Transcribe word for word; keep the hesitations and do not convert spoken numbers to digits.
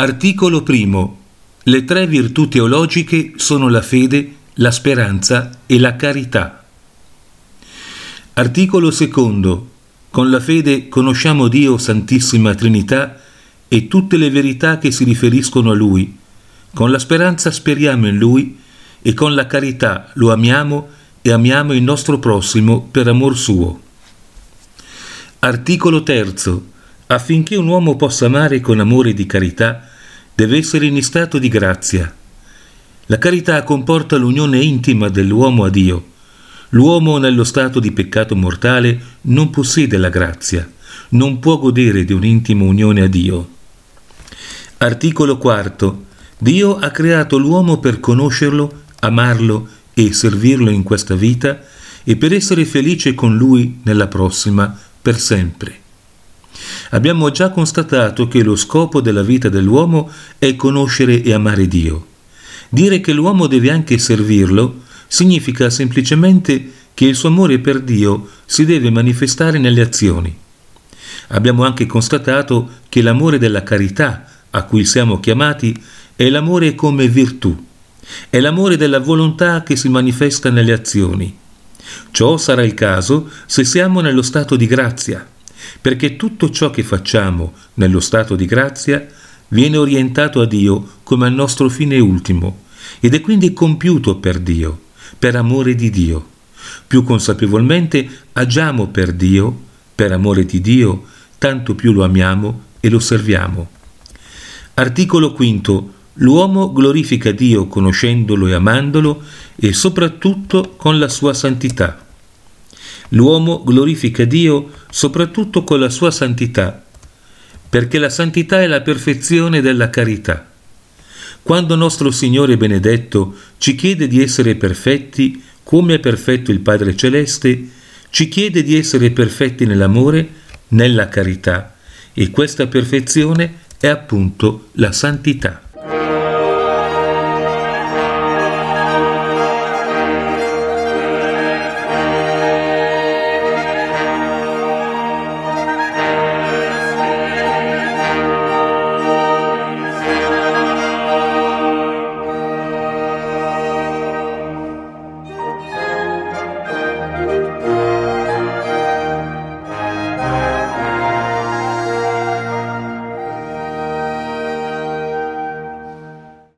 Articolo primo. Le tre virtù teologiche sono la fede, la speranza e la carità. Articolo secondo. Con la fede conosciamo Dio Santissima Trinità e tutte le verità che si riferiscono a Lui. Con la speranza speriamo in Lui e con la carità lo amiamo e amiamo il nostro prossimo per amor suo. Articolo terzo. Affinché un uomo possa amare con amore di carità, deve essere in stato di grazia. La carità comporta l'unione intima dell'uomo a Dio. L'uomo nello stato di peccato mortale non possiede la grazia, non può godere di un'intima unione a Dio. Articolo quarto. Dio ha creato l'uomo per conoscerlo, amarlo e servirlo in questa vita e per essere felice con lui nella prossima, per sempre. Abbiamo già constatato che lo scopo della vita dell'uomo è conoscere e amare Dio. Dire che l'uomo deve anche servirlo significa semplicemente che il suo amore per Dio si deve manifestare nelle azioni. Abbiamo anche constatato che l'amore della carità a cui siamo chiamati è l'amore come virtù, è l'amore della volontà che si manifesta nelle azioni. Ciò sarà il caso se siamo nello stato di grazia, perché tutto ciò che facciamo nello stato di grazia viene orientato a Dio come al nostro fine ultimo ed è quindi compiuto per Dio, per amore di Dio. Più consapevolmente agiamo per Dio, per amore di Dio, tanto più lo amiamo e lo serviamo. Articolo quinto. L'uomo glorifica Dio conoscendolo e amandolo e soprattutto con la sua santità. L'uomo glorifica Dio soprattutto con la sua santità, perché la santità è la perfezione della carità. Quando nostro Signore benedetto ci chiede di essere perfetti, come è perfetto il Padre Celeste, ci chiede di essere perfetti nell'amore, nella carità, e questa perfezione è appunto la santità.